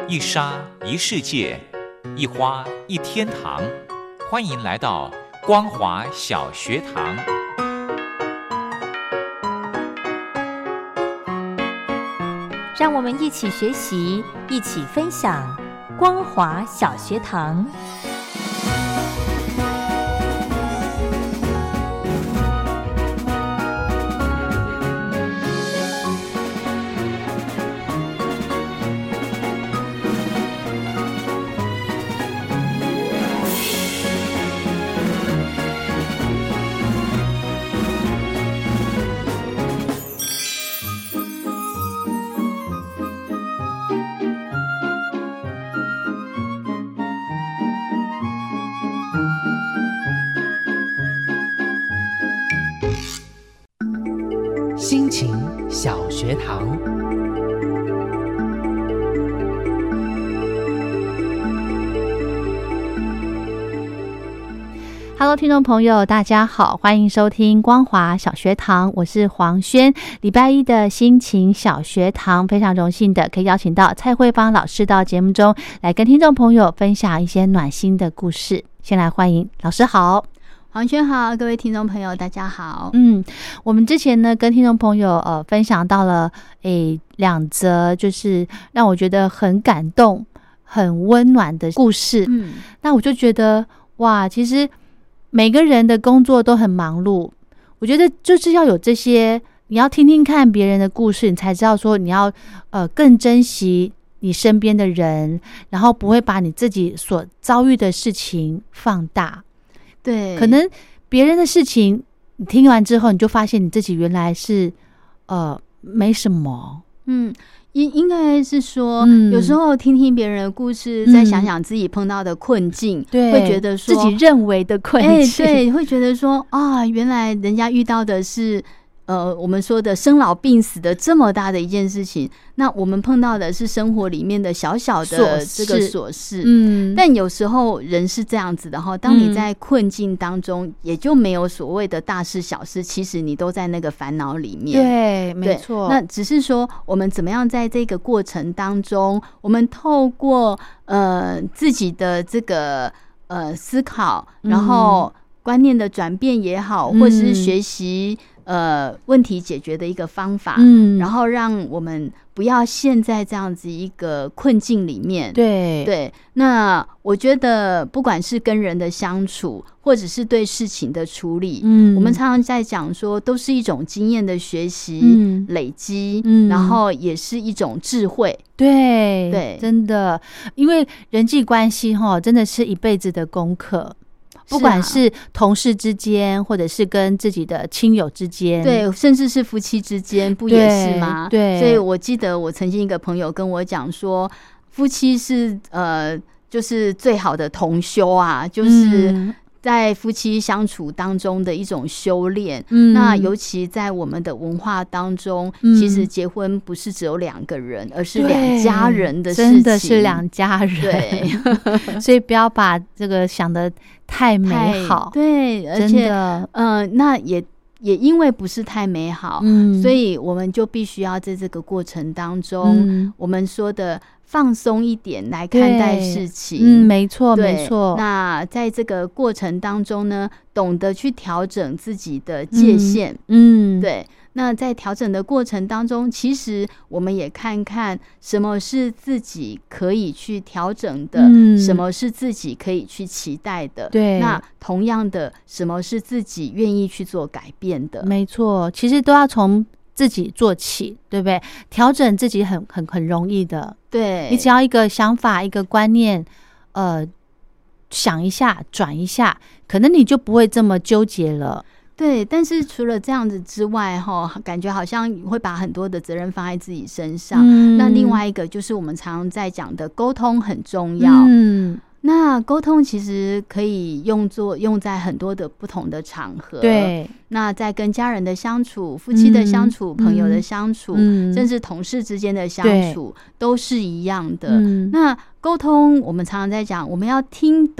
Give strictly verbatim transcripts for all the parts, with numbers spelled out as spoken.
一沙一世界，一花一天堂。欢迎来到光华小学堂。 让我们一起学习，一起分享光华小学堂。 心情小学堂。 Hello， 听众朋友，大家好，欢迎收听光华小学堂，我是黄轩。礼拜一的心情小学堂，非常荣幸的可以邀请到蔡慧芳老师到节目中来跟听众朋友分享一些暖心的故事。先来欢迎老师好。 黄轩好，各位听众朋友大家好。 嗯，我们之前呢跟听众朋友呃分享到了诶两则就是让我觉得很感动很温暖的故事。嗯，那我就觉得哇，其实每个人的工作都很忙碌，我觉得就是要有这些，你要听听看别人的故事，你才知道说你要呃更珍惜你身边的人，然后不会把你自己所遭遇的事情放大。 对， 可能别人的事情你听完之后，你就发现你自己原来是呃没什么。嗯， 应应该是说、嗯、有时候听听别人的故事、嗯、再想想自己碰到的困境，对，会觉得说自己认为的困境、 欸、对，会觉得说啊，原来人家遇到的是呃，我们说的生老病死的这么大的一件事情，那我们碰到的是生活里面的小小的这个琐事。嗯，但有时候人是这样子的哈，当你在困境当中、嗯，也就没有所谓的大事小事，其实你都在那个烦恼里面。 对，没错。 那只是说我们怎么样在这个过程当中，我们透过呃自己的这个呃思考，然后观念的转变也好，嗯、或者是学习。呃，问题解决的一个方法，嗯，然后让我们不要陷在这样子一个困境里面。 对对，那我觉得不管是跟人的相处，或者是对事情的处理，嗯，我们常常在讲说，都是一种经验的学习、嗯、累积，嗯，然后也是一种智慧。 对对， 真的，因为人际关系哈，真的是一辈子的功课。不管是同事之间，或者是跟自己的亲友之间， 对，甚至是夫妻之间，不也是吗？ 对， 所以我记得我曾经一个朋友跟我讲说，夫妻是呃，就是最好的同修啊，就是在夫妻相处当中的一种修炼。嗯，那尤其在我们的文化当中，嗯、其实结婚不是只有两个人，而是两家人的事情， 真的是两家人。对，所以不要把这个想得太美好。 对，而且呃，那也也因为不是太美好，嗯，所以我们就必须要在这个过程当中，嗯、我们说的放松一点来看待事情。 嗯，没错，没错。 那在这个过程当中呢，懂得去调整自己的界限。 嗯， 对。那在调整的过程当中，其实我们也看看什么是自己可以去调整的，嗯、什么是自己可以去期待的。 对， 那同样的，什么是自己愿意去做改变的？ 没错，其实都要从自己做起，对不对？调整自己很很很容易的。 对， 你只要一个想法、一个观念，呃，想一下、转一下，可能你就不会这么纠结了。 对，但是除了这样子之外，感觉好像会把很多的责任放在自己身上。嗯、那另外一个就是我们常常在讲的沟通很重要。嗯，那沟通其实可以用作用在很多的不同的场合。 对， 那在跟家人的相处、夫妻的相处、嗯、朋友的相处、嗯、甚至同事之间的相处，都是一样的。嗯、那沟通，我们常常在讲，我们要听懂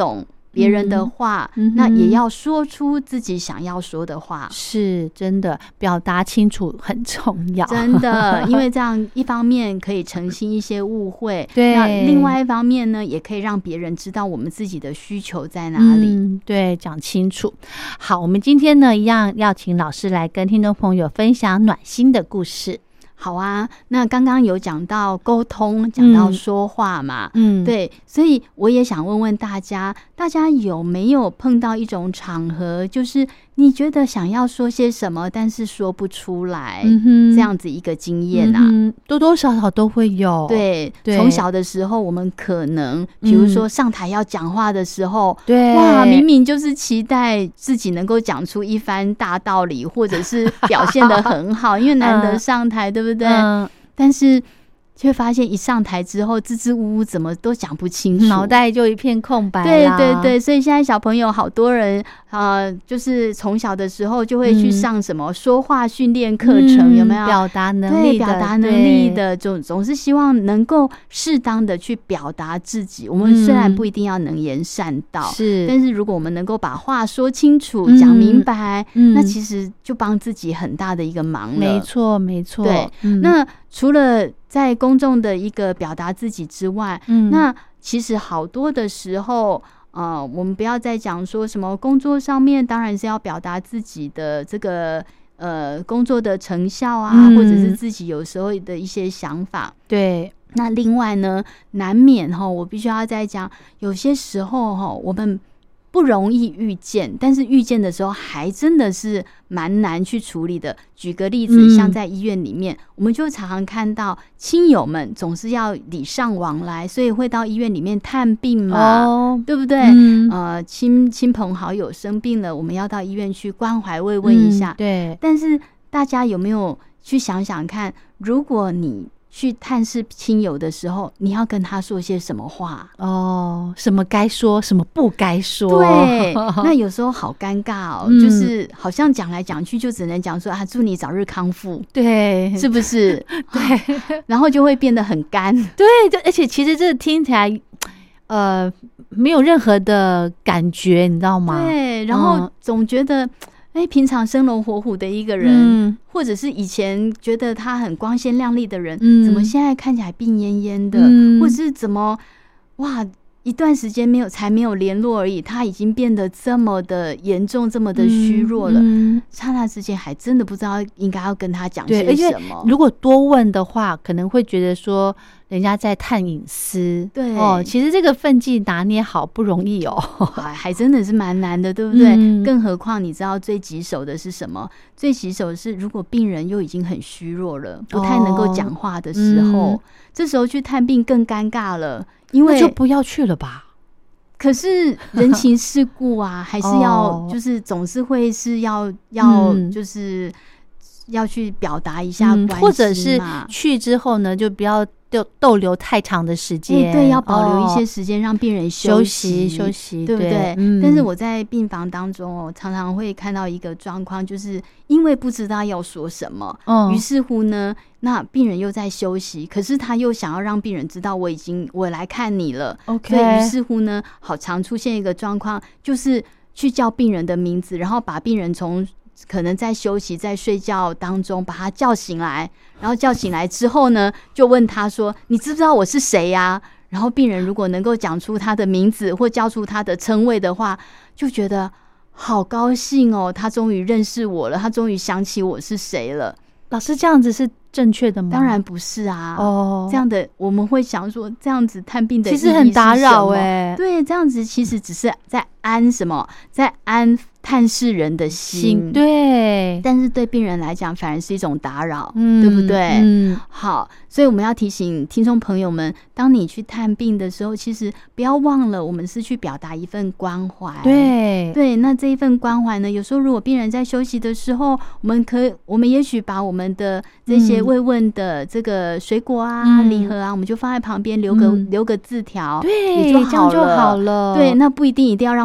别人的话， 嗯、 那也要说出自己想要说的话， 是真的，表达清楚很重要， 真的，因为这样一方面可以澄清一些误会， 对， 那另外一方面呢，也可以让别人知道我们自己的需求在哪里。 嗯，对，讲清楚。好，我们今天呢，一样要请老师来跟听众朋友分享暖心的故事。 好啊，那刚刚有讲到沟通，讲到说话嘛，嗯，对，所以我也想问问大家，大家有没有碰到一种场合，就是你觉得想要说些什么，但是说不出来，嗯哼，这样子一个经验啊， 嗯，多多少少都会有。 对，从小的时候，我们可能比如说上台要讲话的时候，对、嗯，哇，明明就是期待自己能够讲出一番大道理，或者是表现得很好，因为难得上台，对不对？对不对？嗯、但是却发现一上台之后支支吾吾，怎么都讲不清楚， 脑袋就一片空白。 对对对，所以现在小朋友好多人呃，就是从小的时候就会去上什么说话训练课程，嗯、有没有？ 表达能力的， 对，表达能力的，总总是希望能够适当的去表达自己。我们虽然不一定要能言善道，是、嗯，但是如果我们能够把话说清楚、讲、嗯、明白，嗯、那其实就帮自己很大的一个忙了。 没错，没错。 对，嗯、那除了在公众的一个表达自己之外，嗯，那其实好多的时候，呃，我们不要再讲说什么工作上面，当然是要表达自己的这个呃工作的成效啊，嗯、或者是自己有时候的一些想法。 对， 那另外呢，难免哈，我必须要再讲，有些时候哈，我们不容易遇见，但是遇见的时候还真的是蛮难去处理的。举个例子，嗯、像在医院里面，我们就常常看到亲友们总是要礼尚往来，所以会到医院里面探病嘛，哦、对不对？嗯、呃，亲亲朋好友生病了，我们要到医院去关怀慰问一下。嗯、对。但是大家有没有去想想看，如果你去探视亲友的时候，你要跟他说些什么话？ 哦，什么该说，什么不该说？ 对，那有时候好尴尬哦，嗯、就是好像讲来讲去就只能讲说啊，祝你早日康复， 对， 是不是？对，然后就会变得很干。 对，而且其实这听起来，呃，没有任何的感觉，你知道吗？ 对，然后总觉得。嗯哎，平常生龙活虎的一个人，嗯、或者是以前觉得他很光鲜亮丽的人，嗯、怎么现在看起来病恹恹的？嗯、或者是怎么哇，一段时间没有才没有联络而已，他已经变得这么的严重，这么的虚弱了。嗯嗯、刹那之间还真的不知道应该要跟他讲些什么。 如果多问的话，可能会觉得说人家在探隐私。对哦，其实这个分际拿捏好不容易哦， 还还真的是蛮难的，对不对？嗯、更何况你知道最棘手的是什么？最棘手的是，如果病人又已经很虚弱了，不太能够讲话的时候，哦嗯、这时候去探病更尴尬了。因为那就不要去了吧。 可是人情世故啊，还是要就是总是会是要要就是要去表达一下关系嘛， 或者是去之后呢，就不要逗逗留太长的时间。 欸、对，要保留一些时间让病人休息休息，休息对不对？对嗯、但是我在病房当中哦，常常会看到一个状况，就是因为不知道要说什么，哦、于是乎呢。那病人又在休息，可是他又想要让病人知道我已经我来看你了 ，OK。所以于是乎呢，好常出现一个状况，就是去叫病人的名字，然后把病人从可能在休息、在睡觉当中把他叫醒来，然后叫醒来之后呢，就问他说：“你知不知道我是谁呀？”然后病人如果能够讲出他的名字或叫出他的称谓的话，就觉得好高兴哦，他终于认识我了，他终于想起我是谁了。 老师这样子是正确的吗？ 当然不是啊。哦，这样的我们会想说，这样子探病的意义是其实很打扰哎、欸。 对，这样子其实只是在安什么，在安探视人的心。 对， 但是对病人来讲，反而是一种打扰，嗯、对不对？嗯。好，所以我们要提醒听众朋友们，当你去探病的时候，其实不要忘了，我们是去表达一份关怀。 对对，那这一份关怀呢，有时候如果病人在休息的时候，我们可以，我们也许把我们的这些慰问的这个水果啊、礼、嗯、盒啊，我们就放在旁边，留个、嗯、留个字条， 对， 也就好了， 这样就好了。 对，那不一定一定要让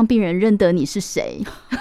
让病人认得你是谁。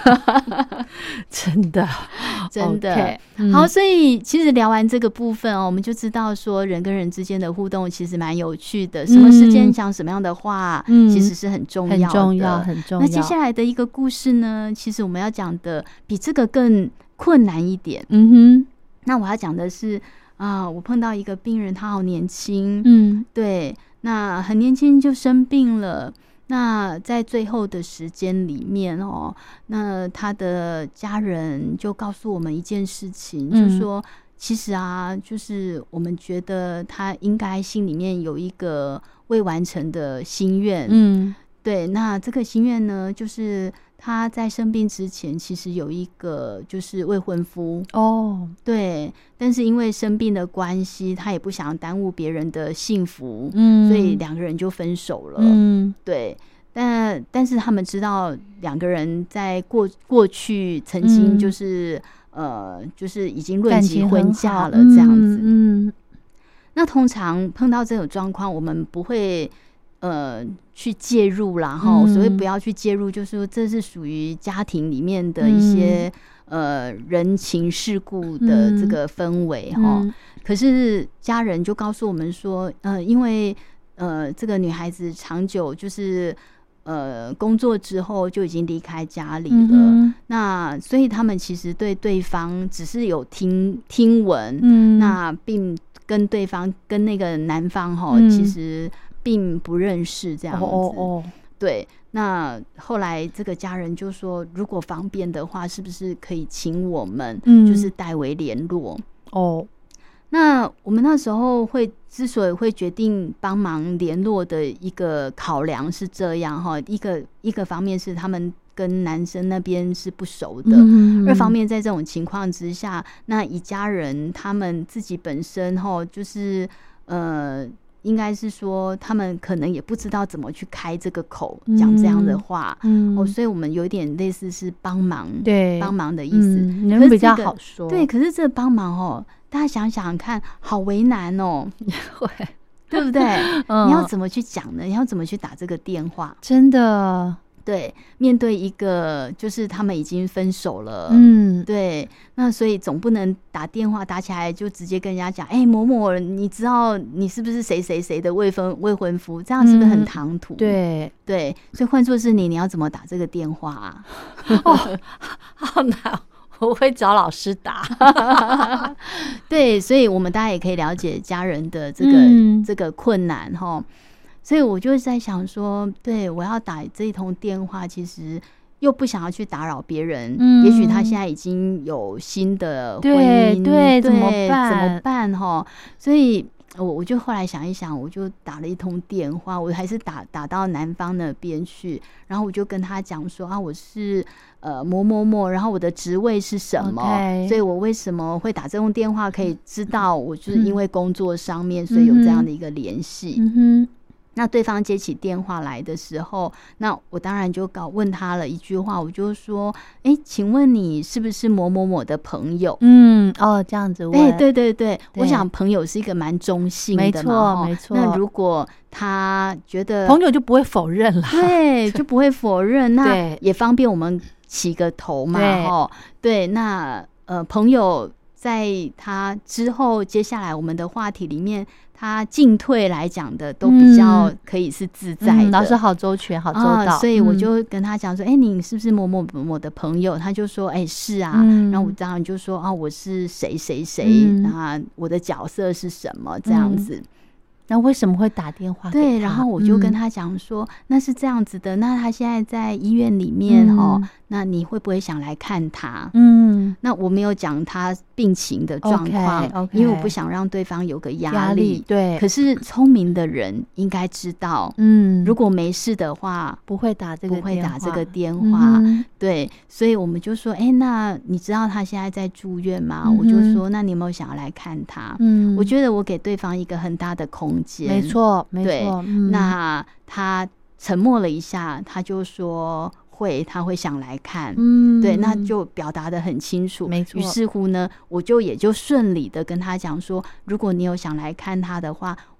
真的真的、 okay, 嗯、 好，所以其实聊完这个部分哦，我们就知道说人跟人之间的互动其实蛮有趣的，什么时间讲什么样的话、嗯、其实是很重要的， 很重要很重要。 那接下来的一个故事呢，其实我们要讲的比这个更困难一点。 嗯哼， 那我要讲的是啊，我碰到一个病人，他好年轻， 嗯， 对，那很年轻就生病了。那在最后的时间里面哦，那他的家人就告诉我们一件事情，嗯、就是说其实啊，就是我们觉得他应该心里面有一个未完成的心愿， 嗯， 对，那这个心愿呢，就是他在生病之前其实有一个就是未婚夫哦， 对，但是因为生病的关系，他也不想耽误别人的幸福， 嗯， 所以两个人就分手了， 嗯， 对，但但是他们知道两个人在过过去曾经就是、嗯、呃，就是已经论及婚嫁了这样子， 嗯，嗯那通常碰到这种状况，我们不会。呃，去介入啦哈、嗯，所谓不要去介入，就是说这是属于家庭里面的一些、嗯、呃人情世故的这个氛围哈、嗯。可是家人就告诉我们说，呃，因为呃这个女孩子长久就是呃工作之后就已经离开家里了，嗯、那所以他们其实对对方只是有听听闻，嗯，那并跟对方跟那个男方哈、嗯，其实。并不认识这样子， 哦哦， 对。那后来这个家人就说，如果方便的话，是不是可以请我们，就是代为联络？ 哦、嗯， 那我们那时候会之所以会决定帮忙联络的一个考量是这样哈，一个一个方面是他们跟男生那边是不熟的，嗯、二方面在这种情况之下，那一家人他们自己本身哈，就是呃。应该是说，他们可能也不知道怎么去开这个口，讲、嗯、这样的话，嗯，哦，所以我们有点类似是帮忙， 对， 帮忙的意思， 嗯、可是、这个、比较好说， 对。可是这个帮忙哦，大家想想看，好为难哦， 会， 对不对？ 嗯、 你要怎么去讲呢？你要怎么去打这个电话？ 真的。 对，面对一个就是他们已经分手了， 嗯， 对，那所以总不能打电话打起来就直接跟人家讲，哎、欸，某某，你知道你是不是谁谁谁的未婚未婚夫？这样是不是很唐突？ 嗯、对对，所以换作是你，你要怎么打这个电话啊？ 哦，好难。我会找老师打对，所以我们大家也可以了解家人的这个、嗯、这个困难哈。所以我就在想说，对，我要打这一通电话，其实又不想要去打扰别人，嗯，也许他现在已经有新的婚姻， 对，对，怎么办？ 怎么办？哈，所以我我就后来想一想，我就打了一通电话，我还是打打到男方那边去，然后我就跟他讲说啊，我是呃某某某，然后我的职位是什么， okay. 所以我为什么会打这通电话，可以知道我就是因为工作上面，嗯、所以有这样的一个联系， 嗯哼。 那对方接起电话来的时候，那我当然就搞问他了一句话，我就说：“哎、欸，请问你是不是某某某的朋友？” 嗯，哦，这样子问。 对对对对，我想朋友是一个蛮中性的嘛， 没错没错。 那如果他觉得朋友就不会否认了， 对，就不会否认，那也方便我们起个头嘛，哈。对，那呃，朋友在他之后接下来我们的话题里面。他进退来讲的都比较可以是自在的， 嗯嗯、老师好周全，好周到、 啊，所以我就跟他讲说，哎、嗯欸，你是不是某某某的朋友？他就说，哎、欸，是啊。嗯、然后我当然就说，啊，我是谁谁谁，嗯、啊，我的角色是什么这样子。嗯那为什么会打电话给他？ 对，然后我就跟他讲说、嗯，那是这样子的，那他现在在医院里面、嗯、哦，那你会不会想来看他？嗯，那我没有讲他病情的状况， okay, okay, 因为我不想让对方有个压力。 压力对， 可是聪明的人应该知道，嗯，如果没事的话， 不会打这个不会打这个电话。嗯、对，所以我们就说，哎、欸，那你知道他现在在住院吗？嗯、我就说，那你有没有想要来看他？嗯，我觉得我给对方一个很大的空。 没错，没错。 嗯、那他沉默了一下，他就说会，他会想来看。嗯，对，那就表达得很清楚。 没错。 于是乎呢，我就也就顺理的跟他讲说，如果你有想来看他的话，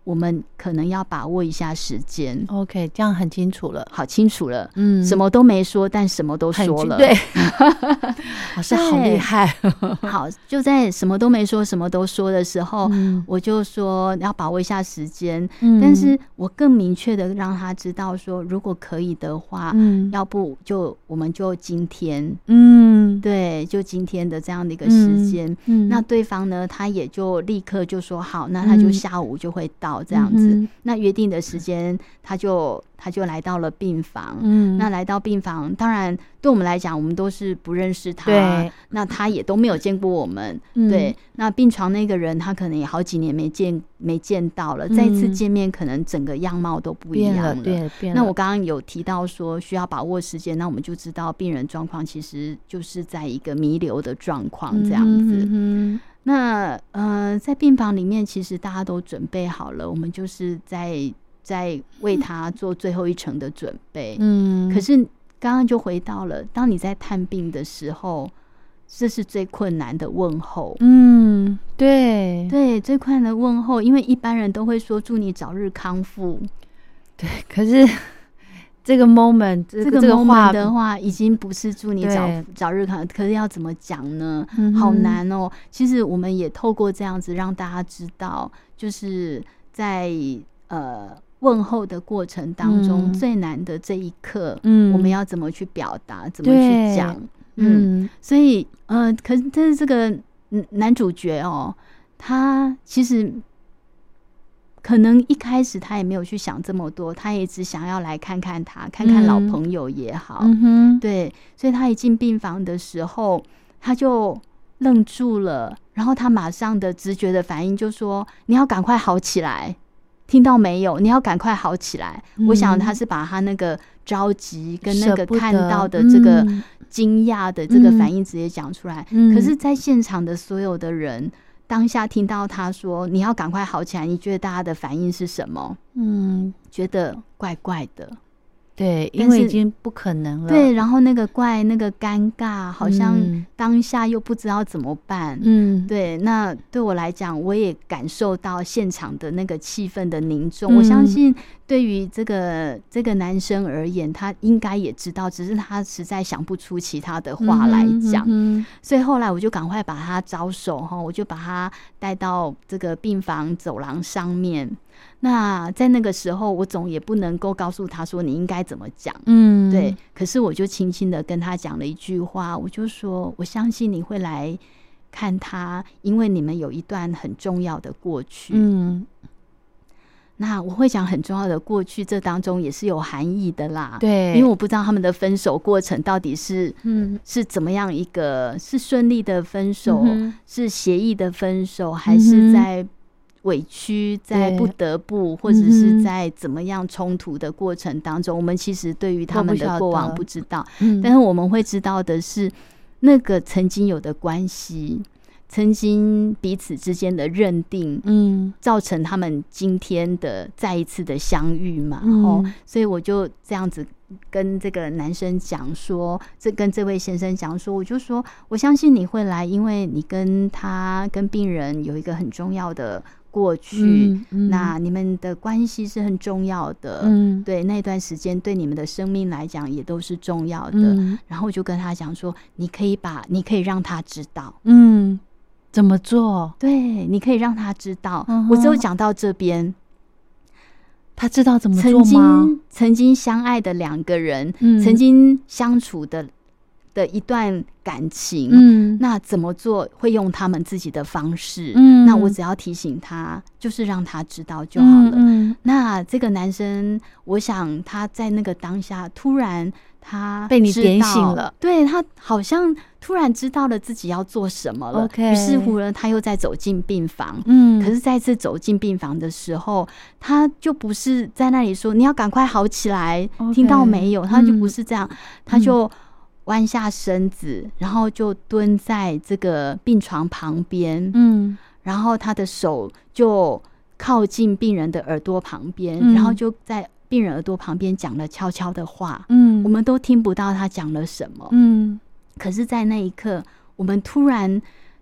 我们可能要把握一下时间。 OK， 这样很清楚了， 好清楚了， 嗯， 什么都没说，但什么都说了， 对，老师好厉害。 好，就在什么都没说什么都说的时候， 嗯， 我就说要把握一下时间， 嗯， 但是我更明确的让他知道说，如果可以的话，嗯，要不就我们就今天，嗯，对，就今天的这样的一个时间，嗯，嗯，那对方呢，他也就立刻就说好，那他就下午就会到这样子，嗯，那约定的时间，他就他就来到了病房，嗯，那来到病房，当然对我们来讲，我们都是不认识他，对，那他也都没有见过我们，嗯，对，那病床那个人，他可能也好几年没见没见到了，嗯，再次见面，可能整个样貌都不一样了， 变了，变了。 那我刚刚有提到说需要把握时间，那我们就知道病人状况其实就是在一个弥留的状况这样子。嗯嗯，那呃，在病房里面，其实大家都准备好了，我们就是在在为他做最后一程的准备。嗯，可是刚刚就回到了，当你在探病的时候，这是最困难的问候。嗯，对对，最困难的问候，因为一般人都会说祝你早日康复。 对，可是这个 moment 这个 moment 的话，已经不是祝你早早日康复，可是要怎么讲呢？嗯，好难哦。其实我们也透过这样子让大家知道，就是在呃问候的过程当中，嗯，最难的这一刻，嗯，我们要怎么去表达，怎么去讲？嗯，所以呃，可是但是这个男主角哦，他其实可能一开始他也没有去想这么多，他也只想要来看看他，看看老朋友也好，嗯哼，对，所以他一进病房的时候，他就愣住了，然后他马上的直觉的反应就说：“你要赶快好起来。”听到没有？你要赶快好起来。嗯，我想他是把他那个着急跟那个看到的这个惊讶的这个反应直接讲出来。嗯，可是在现场的所有的人当下听到他说你要赶快好起来，你觉得大家的反应是什么？嗯，觉得怪怪的。 对，因为已经不可能了。 对，然后那个怪，那个尴尬，好像当下又不知道怎么办。嗯，对。那对我来讲，我也感受到现场的那个气氛的凝重。嗯，我相信，对于这个这个男生而言，他应该也知道，只是他实在想不出其他的话来讲。嗯嗯，所以后来我就赶快把他招手哈，我就把他带到这个病房走廊上面。那在那个时候，我总也不能够告诉他说你应该怎么讲，嗯，对。可是我就轻轻的跟他讲了一句话，我就说我相信你会来看他，因为你们有一段很重要的过去。嗯，那我会讲很重要的过去，这当中也是有含义的啦。对，因为我不知道他们的分手过程到底是嗯是怎么样一个，是顺利的分手，嗯，是协议的分手，还是在委屈，在不得不，或者是在怎么样冲突的过程当中，嗯，我们其实对于他们的过往不知道，嗯，但是我们会知道的是那个曾经有的关系，曾经彼此之间的认定，嗯，造成他们今天的再一次的相遇嘛。嗯，哦，所以我就这样子跟这个男生讲说，这跟这位先生讲说，我就说我相信你会来，因为你跟他跟病人有一个很重要的过去，嗯嗯，那你们的关系是很重要的，嗯，对，那段时间对你们的生命来讲也都是重要的。嗯，然后我就跟他讲说，你可以把，你可以让他知道，嗯， 怎么做？ 对，你可以让他知道。嗯，我只有讲到这边， 他知道怎么做吗？曾经曾经相爱的两个人，嗯，曾经相处的的一段感情，嗯，那怎么做会用他们自己的方式，嗯，那我只要提醒他，就是让他知道就好了。嗯嗯，那这个男生，我想他在那个当下，突然他被你点醒了， 对，他好像突然知道了自己要做什么了。Okay， 于是乎呢，他又再走进病房，嗯，可是再次走进病房的时候，他就不是在那里说你要赶快好起来， okay， 听到没有？他就不是这样，嗯，他就弯下身子，然后就蹲在这个病床旁边，嗯，然后他的手就靠近病人的耳朵旁边，嗯，然后就在病人耳朵旁边讲了悄悄的话，嗯，我们都听不到他讲了什么，嗯，可是在那一刻，我们突然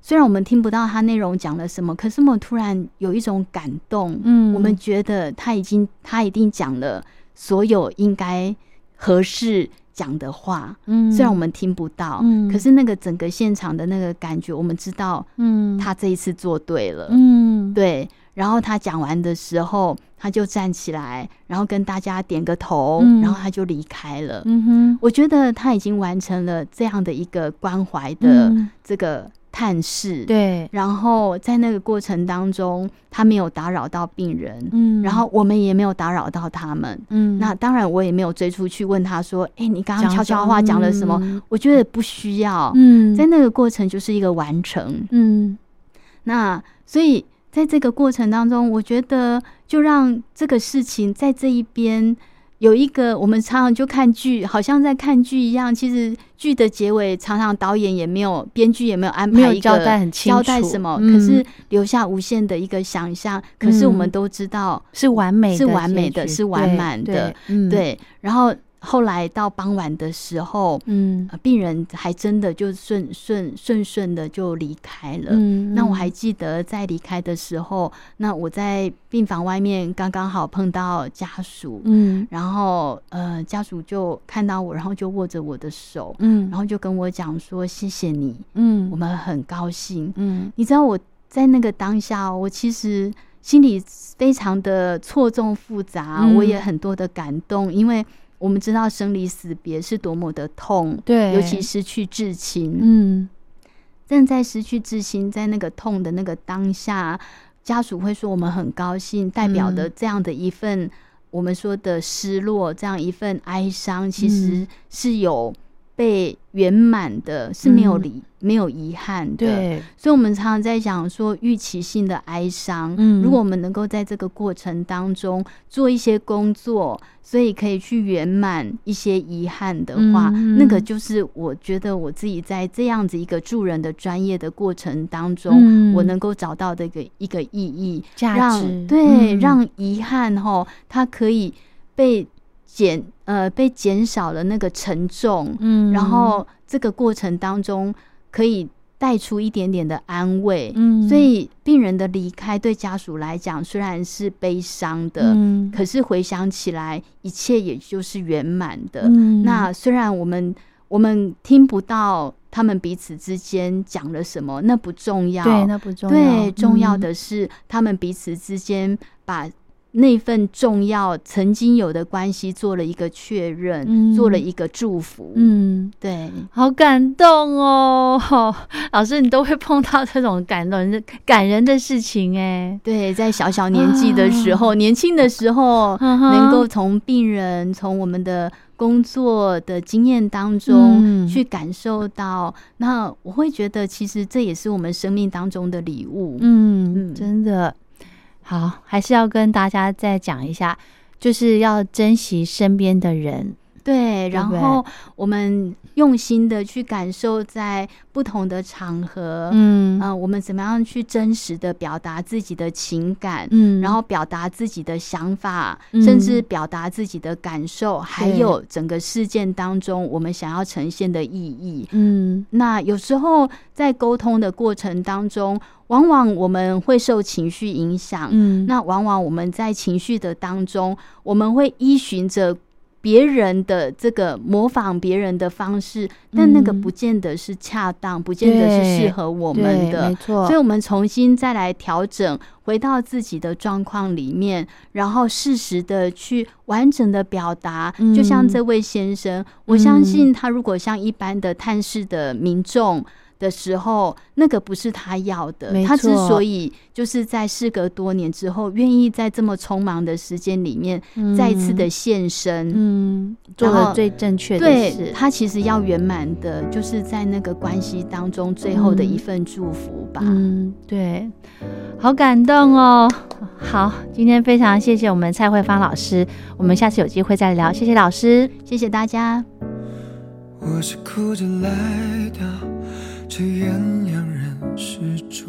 虽然我们听不到他内容讲了什么，可是我们突然有一种感动， 嗯， 我们觉得他已经他一定讲了所有应该合适讲的话，嗯，虽然我们听不到，嗯，可是那个整个现场的那个感觉，我们知道，嗯，他这一次做对了，嗯，对。然后他讲完的时候，他就站起来，然后跟大家点个头，嗯，然后他就离开了。嗯哼，我觉得他已经完成了这样的一个关怀的这个探视， 对。 然后在那个过程当中，他没有打扰到病人，嗯，然后我们也没有打扰到他们，嗯。那当然，我也没有追出去问他说：“哎，你刚刚悄悄话讲了什么？”嗯，我觉得不需要，嗯，在那个过程就是一个完成，嗯。那所以。在这个过程当中，我觉得就让这个事情在这一边有一个，我们常常就看剧，好像在看剧一样。其实剧的结尾，常常导演也没有，编剧也没有安排一个交代很清楚， 交代什么，嗯，可是留下无限的一个想象。嗯，可是我们都知道是完美的， 是完美的，是完满的，对。嗯，对，然后。后来到傍晚的时候，嗯，病人还真的就顺顺顺顺的就离开了。嗯，那我还记得在离开的时候，那我在病房外面刚刚好碰到家属，嗯，然后呃家属就看到我，然后就握着我的手，嗯，然后就跟我讲说谢谢你，嗯，我们很高兴，嗯，你知道我在那个当下，我其实心里非常的错综复杂，嗯，我也很多的感动，因为。我们知道生离死别是多么的痛，对，尤其失去至亲，嗯，但在失去至亲，在那个痛的那个当下，家属会说我们很高兴，代表的这样的一份、嗯、我们说的失落，这样一份哀伤，其实是有被圆满的，是没有离、嗯、没有遗憾的。对，所以我们常常在讲说预期性的哀伤、嗯、如果我们能够在这个过程当中做一些工作，所以可以去圆满一些遗憾的话、嗯、那个就是我觉得我自己在这样子一个助人的专业的过程当中、嗯、我能够找到的一个一个意义价值， 对、嗯、让遗憾齁它可以被减呃被减少了那个沉重，嗯，然后这个过程当中可以带出一点点的安慰，嗯，所以病人的离开对家属来讲虽然是悲伤的，嗯，可是回想起来一切也就是圆满的，嗯，那虽然我们我们听不到他们彼此之间讲了什么，那不重要， 对，那不重要， 对，重要的是他们彼此之间把那份重要曾经有的关系做了一个确认、嗯、做了一个祝福，嗯，对， 好感动哦，哦老师你都会碰到这种感动的感人的事情哎， 对，在小小年纪的时候、啊、年轻的时候、嗯、能够从病人从我们的工作的经验当中去感受到、嗯、那我会觉得其实这也是我们生命当中的礼物， 嗯，嗯真的好，还是要跟大家再讲一下，就是要珍惜身边的人， 对，然后我们用心的去感受在不同的场合，嗯、呃、我们怎么样去真实的表达自己的情感，嗯，然后表达自己的想法、嗯、甚至表达自己的感受，还有整个事件当中我们想要呈现的意义，嗯，那有时候在沟通的过程当中往往我们会受情绪影响，嗯，那往往我们在情绪的当中我们会依循着别人的这个模仿别人的方式，但那个不见得是恰当、嗯、不见得是适合我们的，没错，所以我们重新再来调整，回到自己的状况里面，然后适时的去完整的表达、嗯、就像这位先生，我相信他如果像一般的探视的民众的时候，那个不是他要的，他之所以就是在事隔多年之后愿意在这么匆忙的时间里面再一次的现身，嗯， 做了最正确的事， 对，他其实要圆满的就是在那个关系当中最后的一份祝福吧， 嗯，对，好感动哦。好，今天非常谢谢我们蔡慧芳老师，我们下次有机会再聊，谢谢老师， 谢谢大家。 我是哭着来到这艳阳人世中，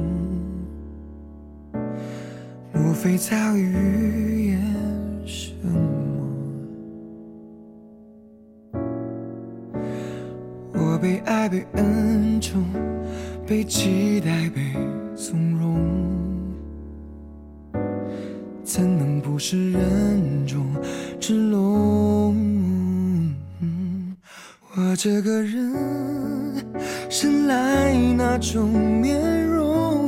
莫非早已预言什么？我被爱被恩宠， 被期待，被纵容，怎能不是人中之龙？我这个人生来那种面容，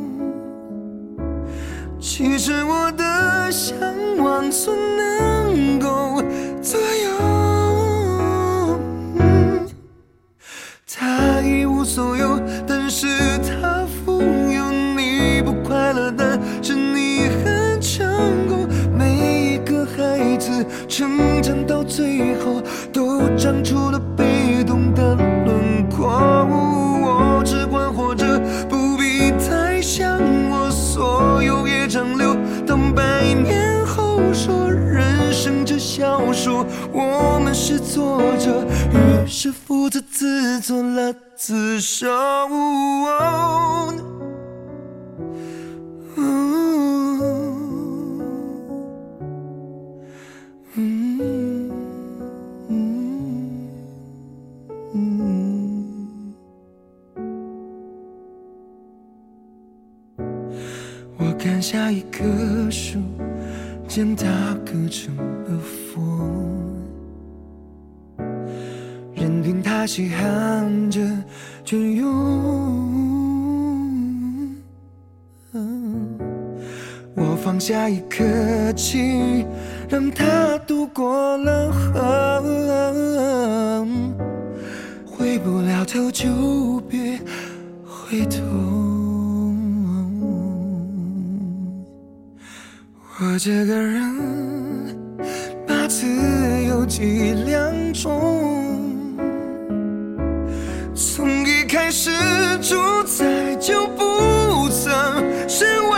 其实我的向往所能够左右。他一无所有，但是他富有。你不快乐，但是你很成功。每一个孩子成长到最后，都长出了被动的轮廓。我只管活着，不必太想我，所有也长留到百年后说。人生这小说，我们是作者，于是负责自作了自受。哦嗯嗯嗯，我砍下一棵树，将它割成了风，任凭它稀罕着泉涌。我放下一颗气，让它度过了河，回不了头就别回头。我这个人把自由计量中，从一开始主宰就不曾是我。